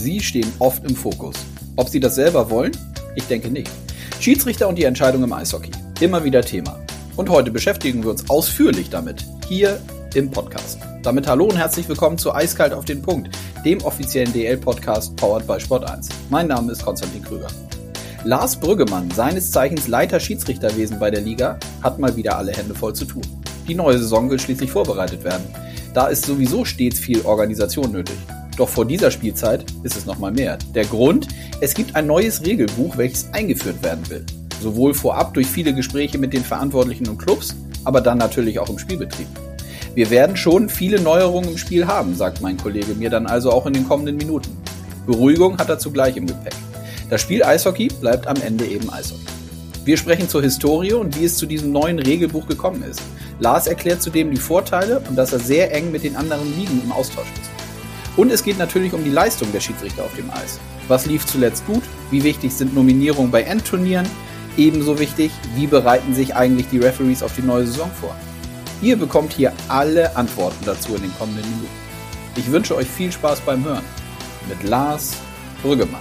sie stehen oft im Fokus. Ob sie das selber wollen? Ich denke nicht. Schiedsrichter und die Entscheidung im Eishockey. Immer wieder Thema. Und heute beschäftigen wir uns ausführlich damit, hier im Podcast. Damit hallo und herzlich willkommen zu Eiskalt auf den Punkt, dem offiziellen DL-Podcast powered by Sport1. Mein Name ist Konstantin Krüger. Lars Brüggemann, seines Zeichens Leiter Schiedsrichterwesen bei der Liga, hat mal wieder alle Hände voll zu tun. Die neue Saison will schließlich vorbereitet werden. Da ist sowieso stets viel Organisation nötig. Doch vor dieser Spielzeit ist es nochmal mehr. Der Grund? Es gibt ein neues Regelbuch, welches eingeführt werden will. Sowohl vorab durch viele Gespräche mit den Verantwortlichen und Clubs, aber dann natürlich auch im Spielbetrieb. Wir werden schon viele Neuerungen im Spiel haben, sagt mein Kollege mir dann also auch in den kommenden Minuten. Beruhigung hat er zugleich im Gepäck. Das Spiel Eishockey bleibt am Ende eben Eishockey. Wir sprechen zur Historie und wie es zu diesem neuen Regelbuch gekommen ist. Lars erklärt zudem die Vorteile und dass er sehr eng mit den anderen Ligen im Austausch ist. Und es geht natürlich um die Leistung der Schiedsrichter auf dem Eis. Was lief zuletzt gut? Wie wichtig sind Nominierungen bei Endturnieren? Ebenso wichtig, wie bereiten sich eigentlich die Referees auf die neue Saison vor? Ihr bekommt hier alle Antworten dazu in den kommenden Minuten. Ich wünsche euch viel Spaß beim Hören mit Lars Brüggemann.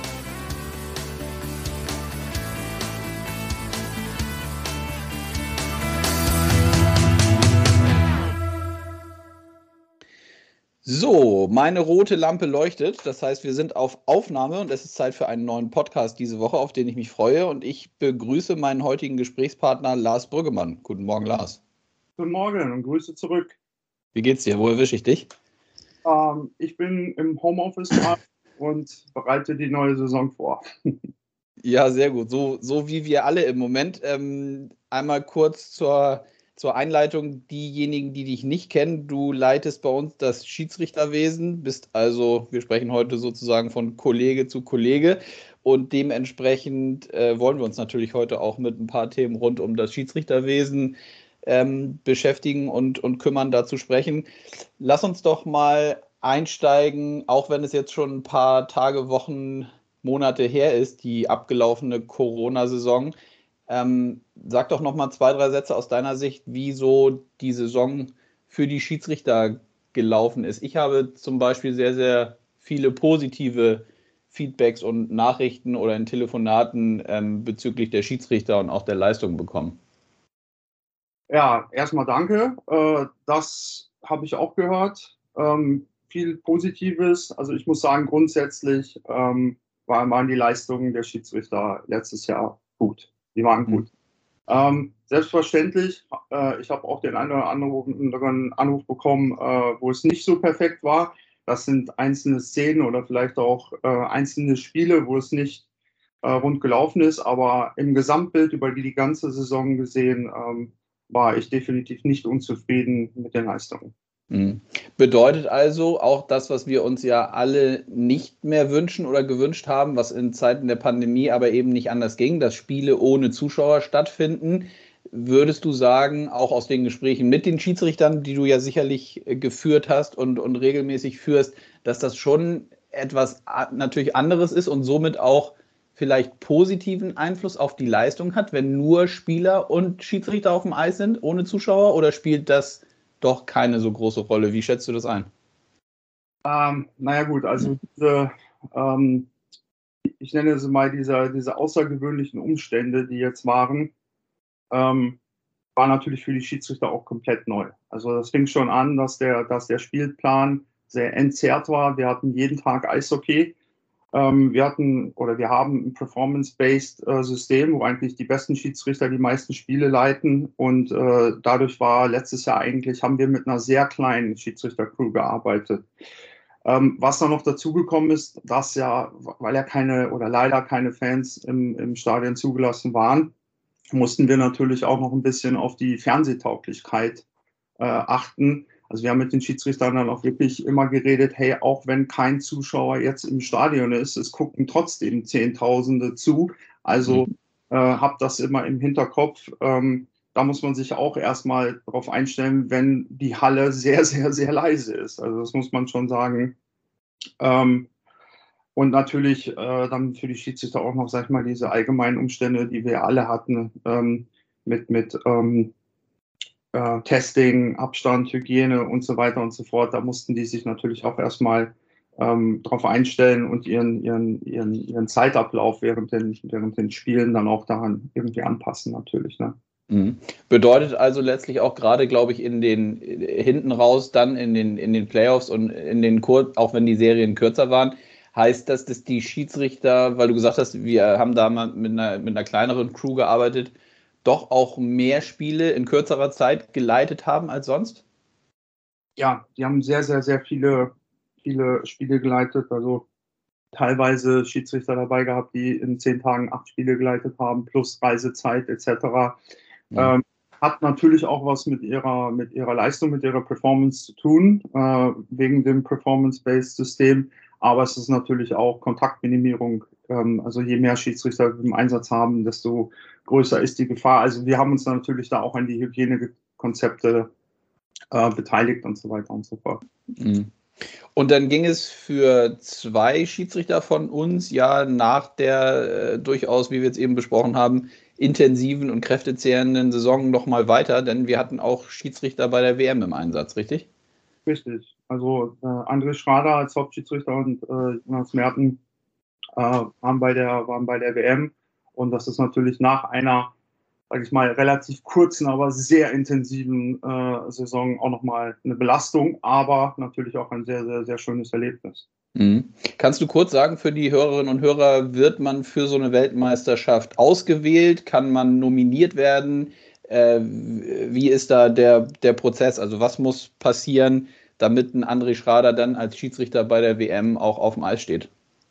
So, meine rote Lampe leuchtet. Das heißt, wir sind auf Aufnahme und es ist Zeit für einen neuen Podcast diese Woche, auf den ich mich freue. Und ich begrüße meinen heutigen Gesprächspartner Lars Brüggemann. Guten Morgen, Lars. Guten Morgen und Grüße zurück. Wie geht's dir? Wo erwische ich dich? Ich bin im Homeoffice und bereite die neue Saison vor. Ja, sehr gut. So wie wir alle im Moment. Einmal kurz zur Einleitung, diejenigen, die dich nicht kennen, du leitest bei uns das Schiedsrichterwesen, bist also, wir sprechen heute sozusagen von Kollege zu Kollege und dementsprechend wollen wir uns natürlich heute auch mit ein paar Themen rund um das Schiedsrichterwesen beschäftigen und kümmern, dazu sprechen. Lass uns doch mal einsteigen, auch wenn es jetzt schon ein paar Tage, Wochen, Monate her ist, die abgelaufene Corona-Saison. Sag doch noch mal 2, 3 Sätze aus deiner Sicht, wie so die Saison für die Schiedsrichter gelaufen ist. Ich habe zum Beispiel sehr, sehr viele positive Feedbacks und Nachrichten oder in Telefonaten bezüglich der Schiedsrichter und auch der Leistung bekommen. Ja, erstmal danke. Das habe ich auch gehört. Viel Positives. Also ich muss sagen, grundsätzlich waren die Leistungen der Schiedsrichter letztes Jahr gut. Die waren gut. Selbstverständlich, ich habe auch den einen oder anderen Anruf bekommen, wo es nicht so perfekt war. Das sind einzelne Szenen oder vielleicht auch einzelne Spiele, wo es nicht rund gelaufen ist. Aber im Gesamtbild über die ganze Saison gesehen, war ich definitiv nicht unzufrieden mit den Leistungen. Bedeutet also auch das, was wir uns ja alle nicht mehr wünschen oder gewünscht haben, was in Zeiten der Pandemie aber eben nicht anders ging, dass Spiele ohne Zuschauer stattfinden. Würdest du sagen, auch aus den Gesprächen mit den Schiedsrichtern, die du ja sicherlich geführt hast und regelmäßig führst, dass das schon etwas natürlich anderes ist und somit auch vielleicht positiven Einfluss auf die Leistung hat, wenn nur Spieler und Schiedsrichter auf dem Eis sind, ohne Zuschauer, oder spielt das doch keine so große Rolle? Wie schätzt du das ein? Naja gut, also ich nenne es mal diese außergewöhnlichen Umstände, die jetzt waren natürlich für die Schiedsrichter auch komplett neu. Also das fing schon an, dass der Spielplan sehr entzerrt war. Wir hatten jeden Tag Eishockey. Wir haben ein Performance-Based System, wo eigentlich die besten Schiedsrichter die meisten Spiele leiten. Und dadurch war letztes Jahr haben wir mit einer sehr kleinen Schiedsrichter-Crew gearbeitet. Was dann noch dazugekommen ist, dass ja, weil ja leider keine Fans im Stadion zugelassen waren, mussten wir natürlich auch noch ein bisschen auf die Fernsehtauglichkeit achten. Also wir haben mit den Schiedsrichtern dann auch wirklich immer geredet, hey, auch wenn kein Zuschauer jetzt im Stadion ist, es gucken trotzdem Zehntausende zu. Also habt das immer im Hinterkopf. Da muss man sich auch erstmal darauf einstellen, wenn die Halle sehr, sehr, sehr leise ist. Also das muss man schon sagen. Und natürlich dann für die Schiedsrichter auch noch, sag ich mal, diese allgemeinen Umstände, die wir alle hatten, mit Testing, Abstand, Hygiene und so weiter und so fort. Da mussten die sich natürlich auch erstmal darauf einstellen und ihren Zeitablauf während den Spielen dann auch daran irgendwie anpassen natürlich. Ne? Bedeutet also letztlich auch gerade, glaube ich, hinten raus, dann in den Playoffs und auch wenn die Serien kürzer waren, heißt das, dass die Schiedsrichter, weil du gesagt hast, wir haben da mal mit einer kleineren Crew gearbeitet, doch auch mehr Spiele in kürzerer Zeit geleitet haben als sonst? Ja, die haben sehr, sehr, sehr viele Spiele geleitet. Also teilweise Schiedsrichter dabei gehabt, die in 10 Tagen 8 Spiele geleitet haben, plus Reisezeit etc. Hat natürlich auch was mit ihrer Leistung, mit ihrer Performance zu tun, wegen dem Performance-Based-System. Aber es ist natürlich auch Kontaktminimierung. Also je mehr Schiedsrichter im Einsatz haben, desto größer ist die Gefahr. Also wir haben uns natürlich da auch an die Hygienekonzepte beteiligt und so weiter und so fort. Und dann ging es für 2 Schiedsrichter von uns ja nach der durchaus, wie wir jetzt eben besprochen haben, intensiven und kräftezehrenden Saison noch mal weiter, denn wir hatten auch Schiedsrichter bei der WM im Einsatz, richtig? Richtig. Also André Schrader als Hauptschiedsrichter und Jonas Merten waren bei der WM. Und das ist natürlich nach einer, sage ich mal, relativ kurzen, aber sehr intensiven Saison auch nochmal eine Belastung, aber natürlich auch ein sehr, sehr, sehr schönes Erlebnis. Kannst du kurz sagen, für die Hörerinnen und Hörer, wird man für so eine Weltmeisterschaft ausgewählt? Kann man nominiert werden? Wie ist da der Prozess? Also was muss passieren, damit ein André Schrader dann als Schiedsrichter bei der WM auch auf dem Eis steht?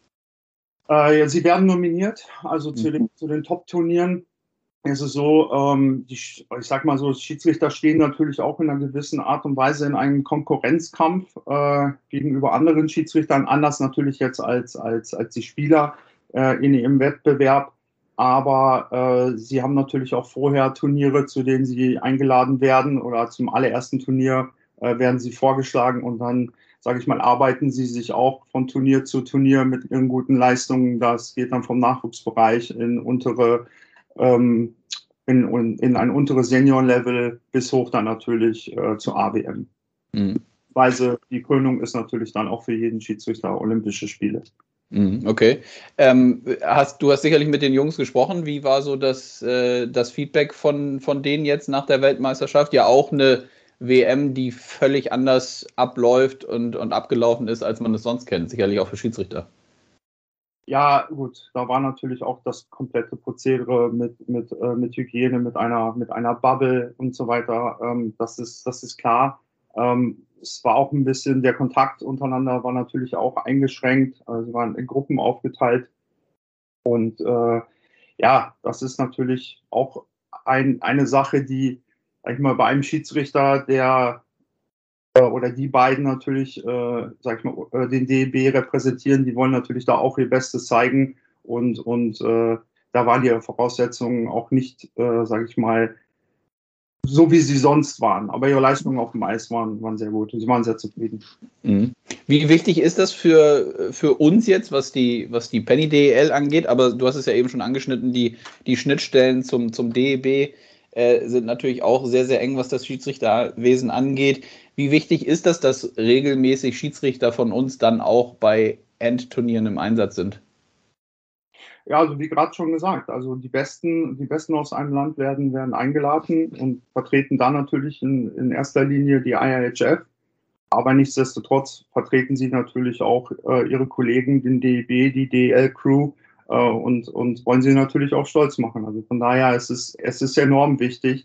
Ja, sie werden nominiert, also zu den Top-Turnieren. Es ist so, ich sag mal so, Schiedsrichter stehen natürlich auch in einer gewissen Art und Weise in einem Konkurrenzkampf gegenüber anderen Schiedsrichtern, anders natürlich jetzt als die Spieler in ihrem Wettbewerb. Aber sie haben natürlich auch vorher Turniere, zu denen sie eingeladen werden, oder zum allerersten Turnier werden sie vorgeschlagen und dann, sage ich mal, arbeiten sie sich auch von Turnier zu Turnier mit ihren guten Leistungen. Das geht dann vom Nachwuchsbereich in ein unteres Senior-Level bis hoch dann natürlich zur AWM. Weil die Krönung ist natürlich dann auch für jeden Schiedsrichter Olympische Spiele. Okay. Du hast sicherlich mit den Jungs gesprochen. Wie war so das Feedback von denen jetzt nach der Weltmeisterschaft? Ja, auch eine WM, die völlig anders abläuft und abgelaufen ist, als man es sonst kennt. Sicherlich auch für Schiedsrichter. Ja, gut, da war natürlich auch das komplette Prozedere mit Hygiene, mit einer Bubble und so weiter. Das ist klar. Es war auch ein bisschen, der Kontakt untereinander war natürlich auch eingeschränkt. Sie waren in Gruppen aufgeteilt. Und ja, das ist natürlich auch eine Sache, die, sag ich mal, bei einem Schiedsrichter, der oder die beiden natürlich, sag ich mal, den DEB repräsentieren, die wollen natürlich da auch ihr Bestes zeigen und da waren die Voraussetzungen auch nicht, sage ich mal, so wie sie sonst waren. Aber ihre Leistungen auf dem Eis waren sehr gut. Sie waren sehr zufrieden. Wie wichtig ist das für uns jetzt, was die Penny DEL angeht? Aber du hast es ja eben schon angeschnitten, die Schnittstellen zum DEB sind natürlich auch sehr, sehr eng, was das Schiedsrichterwesen angeht. Wie wichtig ist das, dass regelmäßig Schiedsrichter von uns dann auch bei Endturnieren im Einsatz sind? Ja, also wie gerade schon gesagt, also die Besten aus einem Land werden eingeladen und vertreten dann natürlich in erster Linie die IIHF. Aber nichtsdestotrotz vertreten sie natürlich auch ihre Kollegen, den DEB, die DEL-Crew und wollen sie natürlich auch stolz machen. Also von daher es ist enorm wichtig.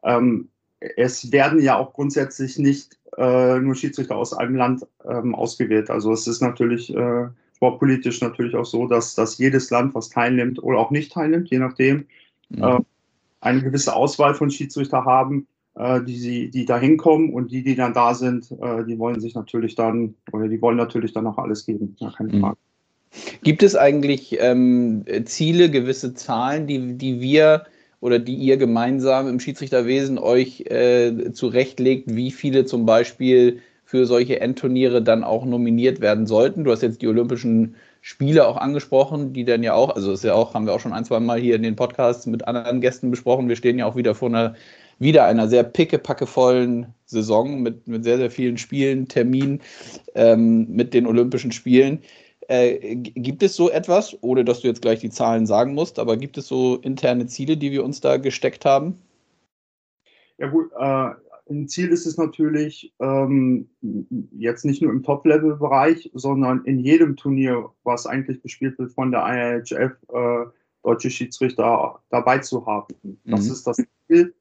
Es werden ja auch grundsätzlich nicht nur Schiedsrichter aus einem Land ausgewählt. Also es ist natürlich sportpolitisch natürlich auch so, dass jedes Land, was teilnimmt oder auch nicht teilnimmt, je nachdem, eine gewisse Auswahl von Schiedsrichter haben, die da hinkommen und die dann da sind, die wollen natürlich dann auch alles geben. Ja, keine Frage. Gibt es eigentlich Ziele, gewisse Zahlen, die wir oder die ihr gemeinsam im Schiedsrichterwesen euch zurechtlegt, wie viele zum Beispiel für solche Endturniere dann auch nominiert werden sollten? Du hast jetzt die Olympischen Spiele auch angesprochen, die dann ja auch, also ist ja auch, haben wir auch schon 1-2 Mal hier in den Podcasts mit anderen Gästen besprochen, wir stehen ja auch wieder vor einer wieder einer sehr pickepackevollen Saison mit sehr, sehr vielen Spielen, Terminen mit den Olympischen Spielen. Gibt es so etwas, ohne dass du jetzt gleich die Zahlen sagen musst, aber gibt es so interne Ziele, die wir uns da gesteckt haben? Ja gut, ein Ziel ist es natürlich, jetzt nicht nur im Top-Level-Bereich, sondern in jedem Turnier, was eigentlich gespielt wird von der IIHF, deutsche Schiedsrichter dabei zu haben. Das ist das Ziel.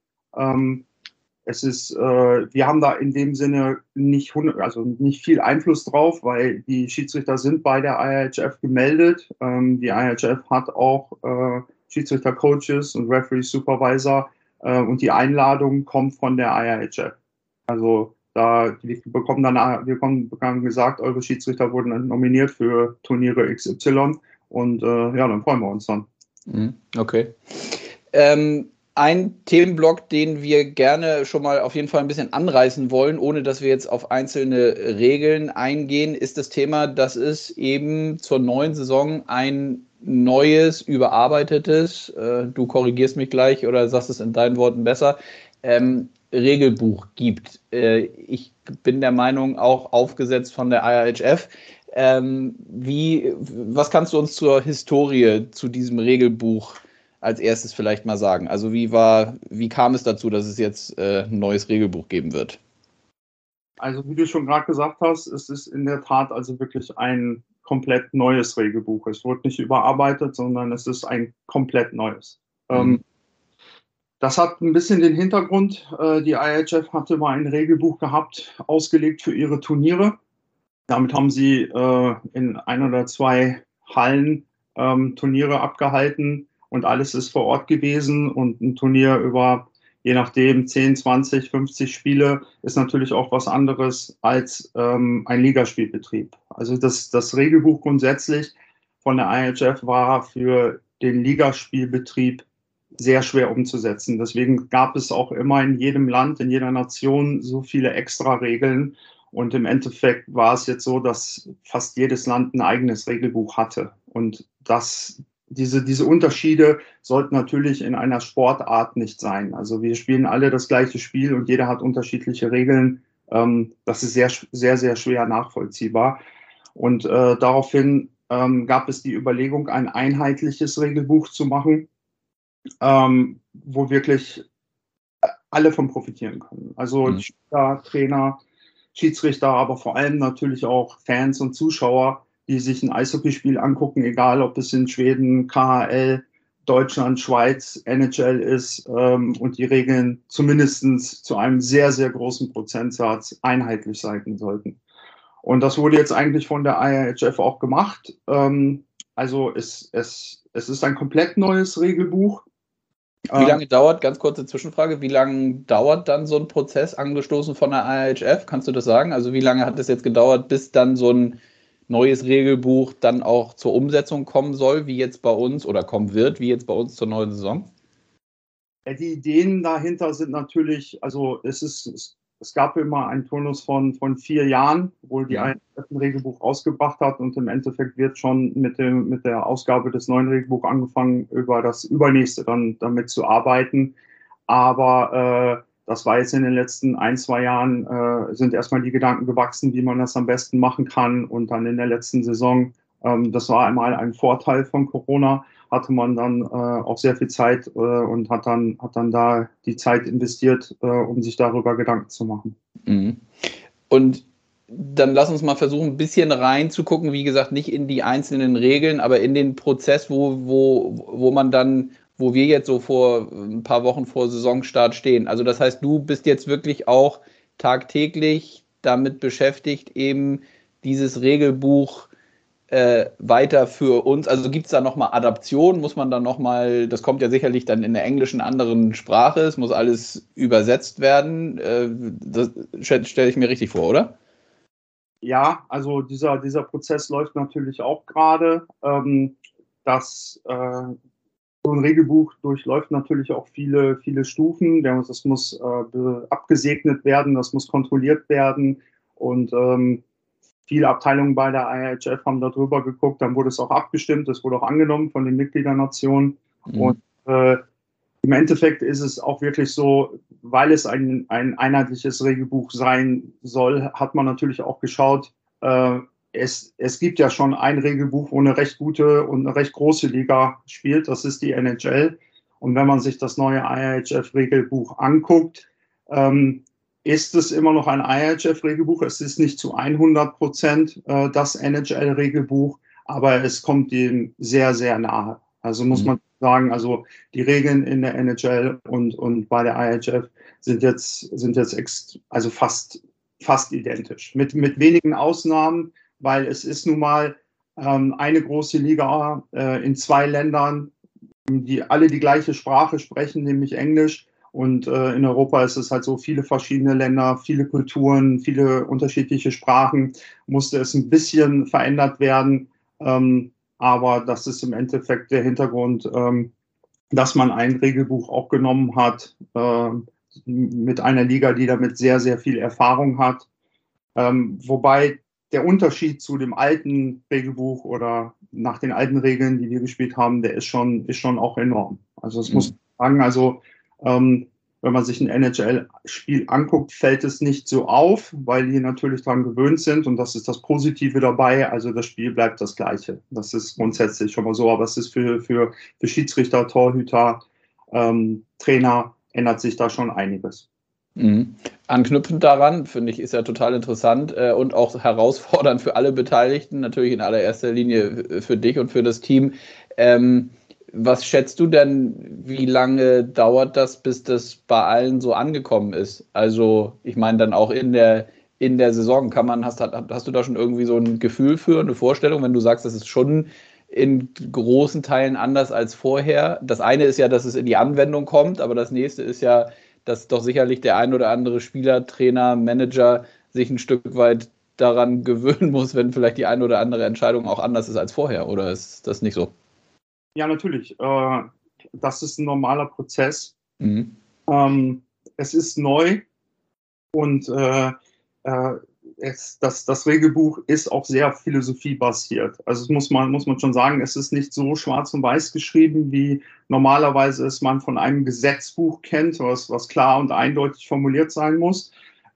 Wir haben da in dem Sinne nicht viel Einfluss drauf, weil die Schiedsrichter sind bei der IIHF gemeldet. Die IIHF hat auch Schiedsrichter-Coaches und Referee-Supervisor und die Einladung kommt von der IIHF. Also wir bekommen gesagt, eure Schiedsrichter wurden nominiert für Turniere XY und dann freuen wir uns dann. Okay. Ein Themenblock, den wir gerne schon mal auf jeden Fall ein bisschen anreißen wollen, ohne dass wir jetzt auf einzelne Regeln eingehen, ist das Thema, dass es eben zur neuen Saison ein neues, überarbeitetes, du korrigierst mich gleich oder sagst es in deinen Worten besser, Regelbuch gibt. Ich bin der Meinung, auch aufgesetzt von der IIHF. Was kannst du uns zur Historie zu diesem Regelbuch als erstes vielleicht mal sagen? Also wie kam es dazu, dass es jetzt ein neues Regelbuch geben wird? Also wie du schon gerade gesagt hast, es ist in der Tat also wirklich ein komplett neues Regelbuch. Es wurde nicht überarbeitet, sondern es ist ein komplett neues. Das hat ein bisschen den Hintergrund, die IIHF hatte mal ein Regelbuch gehabt, ausgelegt für ihre Turniere. Damit haben sie in 1 oder 2 Hallen Turniere abgehalten und alles ist vor Ort gewesen und ein Turnier über, je nachdem, 10, 20, 50 Spiele ist natürlich auch was anderes als ein Ligaspielbetrieb. Also das Regelbuch grundsätzlich von der IIHF war für den Ligaspielbetrieb sehr schwer umzusetzen. Deswegen gab es auch immer in jedem Land, in jeder Nation so viele extra Regeln. Und im Endeffekt war es jetzt so, dass fast jedes Land ein eigenes Regelbuch hatte. Und diese Unterschiede sollten natürlich in einer Sportart nicht sein. Also wir spielen alle das gleiche Spiel und jeder hat unterschiedliche Regeln. Das ist sehr, sehr, sehr schwer nachvollziehbar. Und daraufhin gab es die Überlegung, ein einheitliches Regelbuch zu machen, wo wirklich alle von profitieren können. Also Spieler, Trainer, Schiedsrichter, aber vor allem natürlich auch Fans und Zuschauer, die sich ein Eishockeyspiel angucken, egal ob es in Schweden, KHL, Deutschland, Schweiz, NHL ist und die Regeln zumindest zu einem sehr, sehr großen Prozentsatz einheitlich sein sollten. Und das wurde jetzt eigentlich von der IIHF auch gemacht. Also es ist ein komplett neues Regelbuch. Wie lange dauert, ganz kurze Zwischenfrage, wie lange dauert dann so ein Prozess angestoßen von der IIHF? Kannst du das sagen? Also wie lange hat es jetzt gedauert, bis dann so ein neues Regelbuch dann auch zur Umsetzung kommen soll, wie jetzt bei uns oder kommen wird, wie jetzt bei uns zur neuen Saison? Die Ideen dahinter sind natürlich, also es gab immer einen Turnus von 4 Jahren, wo die IIHF ein Regelbuch rausgebracht hat und im Endeffekt wird schon mit der Ausgabe des neuen Regelbuchs angefangen, über das übernächste dann damit zu arbeiten. Aber das war jetzt in den letzten 1, 2 Jahren, sind erstmal die Gedanken gewachsen, wie man das am besten machen kann. Und dann in der letzten Saison, das war einmal ein Vorteil von Corona, hatte man dann auch sehr viel Zeit und hat dann da die Zeit investiert, um sich darüber Gedanken zu machen. Und dann lass uns mal versuchen, ein bisschen reinzugucken, wie gesagt, nicht in die einzelnen Regeln, aber in den Prozess, wo man dann, wo wir jetzt so vor ein paar Wochen vor Saisonstart stehen. Also das heißt, du bist jetzt wirklich auch tagtäglich damit beschäftigt, eben dieses Regelbuch weiter für uns, also gibt es da nochmal Adaption, muss man dann nochmal, das kommt ja sicherlich dann in der englischen anderen Sprache, es muss alles übersetzt werden, das stelle ich mir richtig vor, oder? Ja, also dieser Prozess läuft natürlich auch gerade, so ein Regelbuch durchläuft natürlich auch viele, viele Stufen, das muss abgesegnet werden, das muss kontrolliert werden und viele Abteilungen bei der IIHF haben darüber geguckt, dann wurde es auch abgestimmt, es wurde auch angenommen von den Mitgliedernationen. Und im Endeffekt ist es auch wirklich so, weil es ein einheitliches Regelbuch sein soll, hat man natürlich auch geschaut, es gibt ja schon ein Regelbuch, wo eine recht gute und eine recht große Liga spielt, das ist die NHL. Und wenn man sich das neue IIHF-Regelbuch anguckt, ist es immer noch ein IIHF-Regelbuch. Es ist nicht zu 100% das NHL-Regelbuch, aber es kommt dem sehr, sehr nahe. Also muss man sagen, also die Regeln in der NHL und bei der IIHF sind jetzt also fast identisch. Mit wenigen Ausnahmen, weil es ist nun mal eine große Liga in 2 Ländern, die alle die gleiche Sprache sprechen, nämlich Englisch. Und in Europa ist es halt so, viele verschiedene Länder, viele Kulturen, viele unterschiedliche Sprachen, musste es ein bisschen verändert werden. Aber das ist im Endeffekt der Hintergrund, dass man ein Regelbuch auch genommen hat mit einer Liga, die damit sehr, sehr viel Erfahrung hat. Wobei der Unterschied zu dem alten Regelbuch oder nach den alten Regeln, die wir gespielt haben, der ist schon auch enorm. Also das muss man sagen, also wenn man sich ein NHL-Spiel anguckt, fällt es nicht so auf, weil die natürlich daran gewöhnt sind und das ist das Positive dabei. Also das Spiel bleibt das Gleiche. Das ist grundsätzlich schon mal so, aber es ist für Schiedsrichter, Torhüter, Trainer ändert sich da schon einiges. Anknüpfend daran, finde ich, ist ja total interessant und auch herausfordernd für alle Beteiligten, natürlich in allererster Linie für dich und für das Team. Was schätzt du denn, wie lange dauert das, bis das bei allen so angekommen ist? Also ich meine dann auch in der Saison, hast du da schon irgendwie so ein Gefühl für, eine Vorstellung, wenn du sagst, das ist schon in großen Teilen anders als vorher? Das eine ist ja, dass es in die Anwendung kommt, aber das nächste ist ja, dass doch sicherlich der ein oder andere Spieler, Trainer, Manager sich ein Stück weit daran gewöhnen muss, wenn vielleicht die eine oder andere Entscheidung auch anders ist als vorher, oder ist das nicht so? Ja, natürlich. Das ist ein normaler Prozess. Es ist neu und das Regelbuch ist auch sehr philosophiebasiert. Also das muss man schon sagen, es ist nicht so schwarz und weiß geschrieben, wie normalerweise es man von einem Gesetzbuch kennt, was klar und eindeutig formuliert sein muss.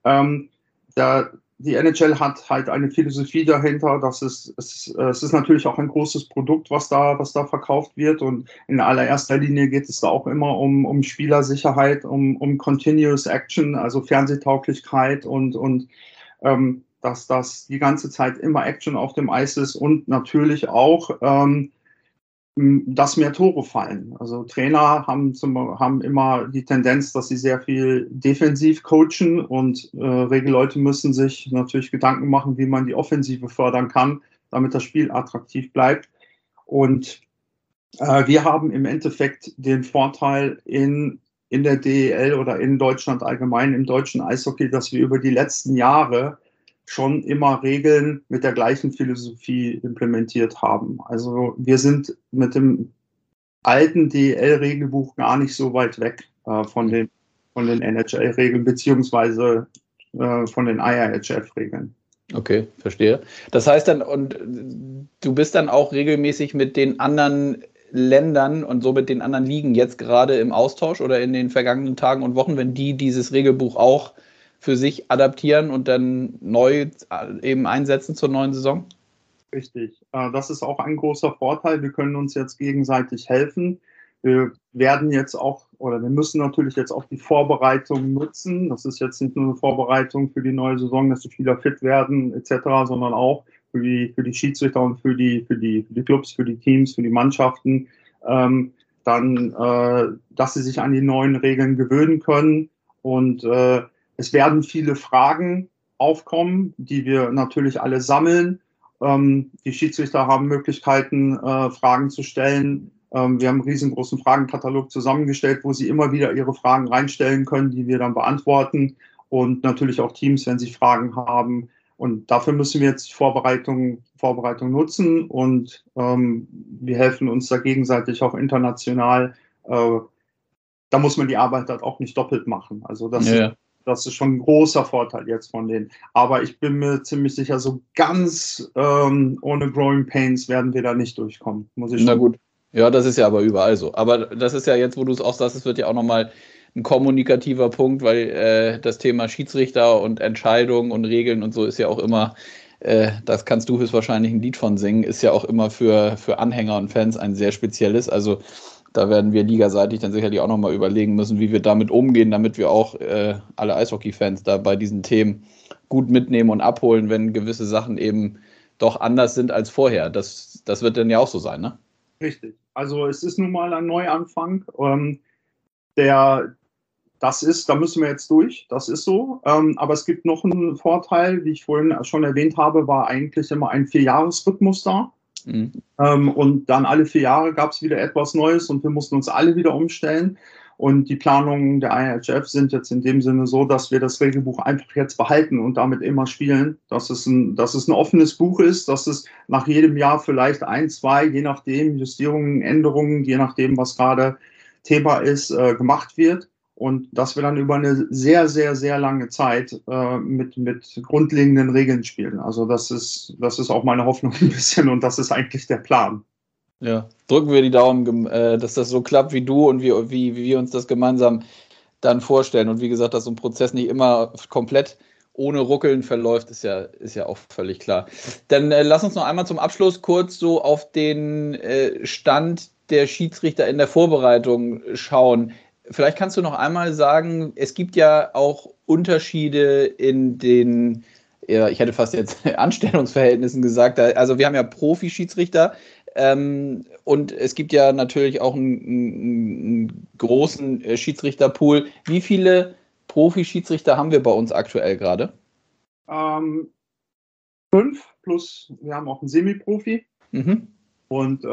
Die NHL hat halt eine Philosophie dahinter, es ist natürlich auch ein großes Produkt, was da verkauft wird und in allererster Linie geht es da auch immer um Spielersicherheit, um Continuous Action, also Fernsehtauglichkeit und dass das die ganze Zeit immer Action auf dem Eis ist und natürlich auch, dass mehr Tore fallen. Also Trainer haben immer die Tendenz, dass sie sehr viel defensiv coachen und Regelleute müssen sich natürlich Gedanken machen, wie man die Offensive fördern kann, damit das Spiel attraktiv bleibt. Und wir haben im Endeffekt den Vorteil in der DEL oder in Deutschland allgemein, im deutschen Eishockey, dass wir über die letzten Jahre schon immer Regeln mit der gleichen Philosophie implementiert haben. Also wir sind mit dem alten DEL-Regelbuch gar nicht so weit weg von den NHL-Regeln beziehungsweise von den IIHF-Regeln. Okay, verstehe. Das heißt dann, und du bist dann auch regelmäßig mit den anderen Ländern und somit den anderen Ligen jetzt gerade im Austausch oder in den vergangenen Tagen und Wochen, wenn die dieses Regelbuch auch für sich adaptieren und dann neu eben einsetzen zur neuen Saison? Richtig. Das ist auch ein großer Vorteil. Wir können uns jetzt gegenseitig helfen. Wir werden jetzt auch, oder wir müssen natürlich jetzt auch die Vorbereitung nutzen. Das ist jetzt nicht nur eine Vorbereitung für die neue Saison, dass die Spieler fit werden etc., sondern auch für die Schiedsrichter und für die Clubs, für die Teams, für die Mannschaften, dass sie sich an die neuen Regeln gewöhnen können. Und es werden viele Fragen aufkommen, die wir natürlich alle sammeln. Die Schiedsrichter haben Möglichkeiten, Fragen zu stellen. Wir haben einen riesengroßen Fragenkatalog zusammengestellt, wo sie immer wieder ihre Fragen reinstellen können, die wir dann beantworten. Und natürlich auch Teams, wenn sie Fragen haben. Und dafür müssen wir jetzt Vorbereitung nutzen. Und wir helfen uns da gegenseitig auch international. Da muss man die Arbeit halt auch nicht doppelt machen. Also das ist schon ein großer Vorteil jetzt von denen. Aber ich bin mir ziemlich sicher, so ganz ohne Growing Pains werden wir da nicht durchkommen. Na gut. Ja, das ist ja aber überall so. Aber das ist ja jetzt, wo du es auch sagst, es wird ja auch nochmal ein kommunikativer Punkt, weil das Thema Schiedsrichter und Entscheidungen und Regeln und so ist ja auch immer, das kannst du höchstwahrscheinlich ein Lied von singen, ist ja auch immer für Anhänger und Fans ein sehr spezielles. Also da werden wir ligaseitig dann sicherlich auch nochmal überlegen müssen, wie wir damit umgehen, damit wir auch alle Eishockey-Fans da bei diesen Themen gut mitnehmen und abholen, wenn gewisse Sachen eben doch anders sind als vorher. Das wird dann ja auch so sein, ne? Richtig. Also es ist nun mal ein Neuanfang. Da müssen wir jetzt durch, das ist so. Aber es gibt noch einen Vorteil, wie ich vorhin schon erwähnt habe, war eigentlich immer ein 4-Jahres-Rhythmus da. Mhm. Und dann alle 4 Jahre gab es wieder etwas Neues und wir mussten uns alle wieder umstellen. Und die Planungen der IIHF sind jetzt in dem Sinne so, dass wir das Regelbuch einfach jetzt behalten und damit immer spielen. Dass es ein offenes Buch ist, dass es nach jedem Jahr vielleicht 1, 2, je nachdem, Justierungen, Änderungen, je nachdem, was gerade Thema ist, gemacht wird. Und dass wir dann über eine sehr, sehr, sehr lange Zeit mit grundlegenden Regeln spielen. Also das ist auch meine Hoffnung ein bisschen und das ist eigentlich der Plan. Ja, drücken wir die Daumen, dass das so klappt wie du und wie wir uns das gemeinsam dann vorstellen. Und wie gesagt, dass so ein Prozess nicht immer komplett ohne Ruckeln verläuft, ist ja auch völlig klar. Dann lass uns noch einmal zum Abschluss kurz so auf den Stand der Schiedsrichter in der Vorbereitung schauen. Vielleicht kannst du noch einmal sagen, es gibt ja auch Unterschiede in den, ja, ich hätte fast jetzt Anstellungsverhältnissen gesagt, also wir haben ja Profi-Schiedsrichter und es gibt ja natürlich auch einen großen Schiedsrichterpool. Wie viele Profi-Schiedsrichter haben wir bei uns aktuell gerade? 5 plus wir haben auch einen Semi-Profi. Mhm. Und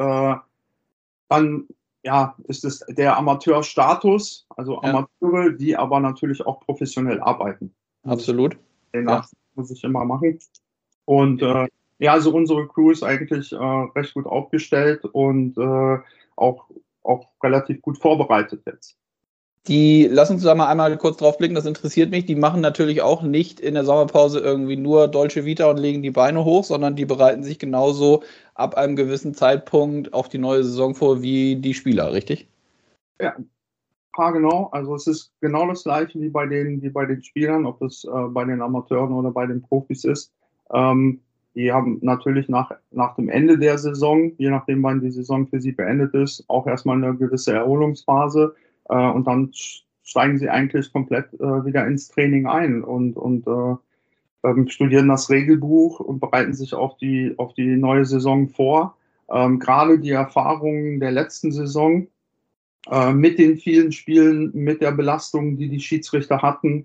dann ist es der Amateurstatus, also Amateure, die aber natürlich auch professionell arbeiten. Absolut. Den muss ich immer machen. Und also unsere Crew ist eigentlich recht gut aufgestellt und auch relativ gut vorbereitet jetzt. Lass uns da mal einmal kurz drauf blicken, das interessiert mich. Die machen natürlich auch nicht in der Sommerpause irgendwie nur Dolce Vita und legen die Beine hoch, sondern die bereiten sich genauso ab einem gewissen Zeitpunkt auf die neue Saison vor wie die Spieler, richtig? Ja, genau. Also es ist genau das Gleiche wie bei den Spielern, ob es bei den Amateuren oder bei den Profis ist. Die haben natürlich nach dem Ende der Saison, je nachdem wann die Saison für sie beendet ist, auch erstmal eine gewisse Erholungsphase. Und dann steigen sie eigentlich komplett wieder ins Training ein und studieren das Regelbuch und bereiten sich auf die neue Saison vor. Gerade die Erfahrungen der letzten Saison mit den vielen Spielen, mit der Belastung, die Schiedsrichter hatten,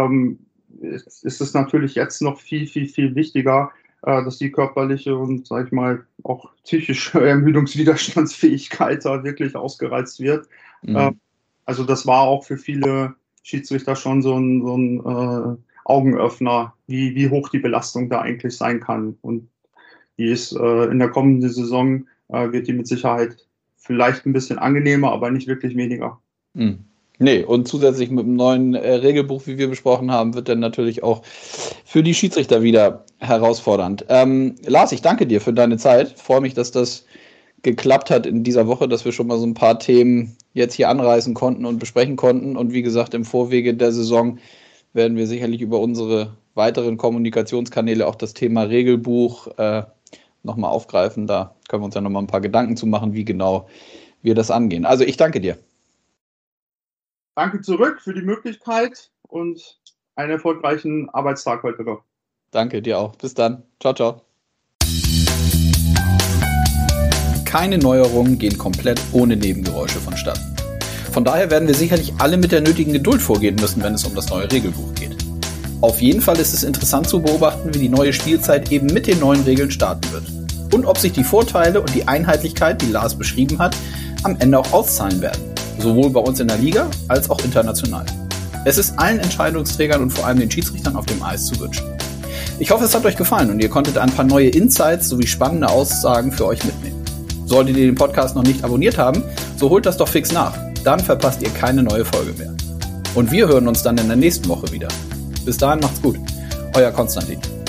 ist es natürlich jetzt noch viel, viel, viel wichtiger, dass die körperliche und, sag ich mal, auch psychische Ermüdungswiderstandsfähigkeit da wirklich ausgereizt wird. Mhm. Also das war auch für viele Schiedsrichter schon so ein Augenöffner, wie hoch die Belastung da eigentlich sein kann. Und die ist in der kommenden Saison, wird die mit Sicherheit vielleicht ein bisschen angenehmer, aber nicht wirklich weniger. Nee, und zusätzlich mit dem neuen Regelbuch, wie wir besprochen haben, wird dann natürlich auch für die Schiedsrichter wieder herausfordernd. Lars, ich danke dir für deine Zeit. Ich freue mich, dass das geklappt hat in dieser Woche, dass wir schon mal so ein paar Themen jetzt hier anreißen konnten und besprechen konnten. Und wie gesagt, im Vorwege der Saison werden wir sicherlich über unsere weiteren Kommunikationskanäle auch das Thema Regelbuch nochmal aufgreifen. Da können wir uns ja nochmal ein paar Gedanken zu machen, wie genau wir das angehen. Also ich danke dir. Danke zurück für die Möglichkeit und einen erfolgreichen Arbeitstag heute noch. Danke dir auch. Bis dann. Ciao, ciao. Keine Neuerungen gehen komplett ohne Nebengeräusche vonstatten. Von daher werden wir sicherlich alle mit der nötigen Geduld vorgehen müssen, wenn es um das neue Regelbuch geht. Auf jeden Fall ist es interessant zu beobachten, wie die neue Spielzeit eben mit den neuen Regeln starten wird. Und ob sich die Vorteile und die Einheitlichkeit, die Lars beschrieben hat, am Ende auch auszahlen werden. Sowohl bei uns in der Liga als auch international. Es ist allen Entscheidungsträgern und vor allem den Schiedsrichtern auf dem Eis zu wünschen. Ich hoffe, es hat euch gefallen und ihr konntet ein paar neue Insights sowie spannende Aussagen für euch mitnehmen. Solltet ihr den Podcast noch nicht abonniert haben, so holt das doch fix nach. Dann verpasst ihr keine neue Folge mehr. Und wir hören uns dann in der nächsten Woche wieder. Bis dahin macht's gut. Euer Konstantin.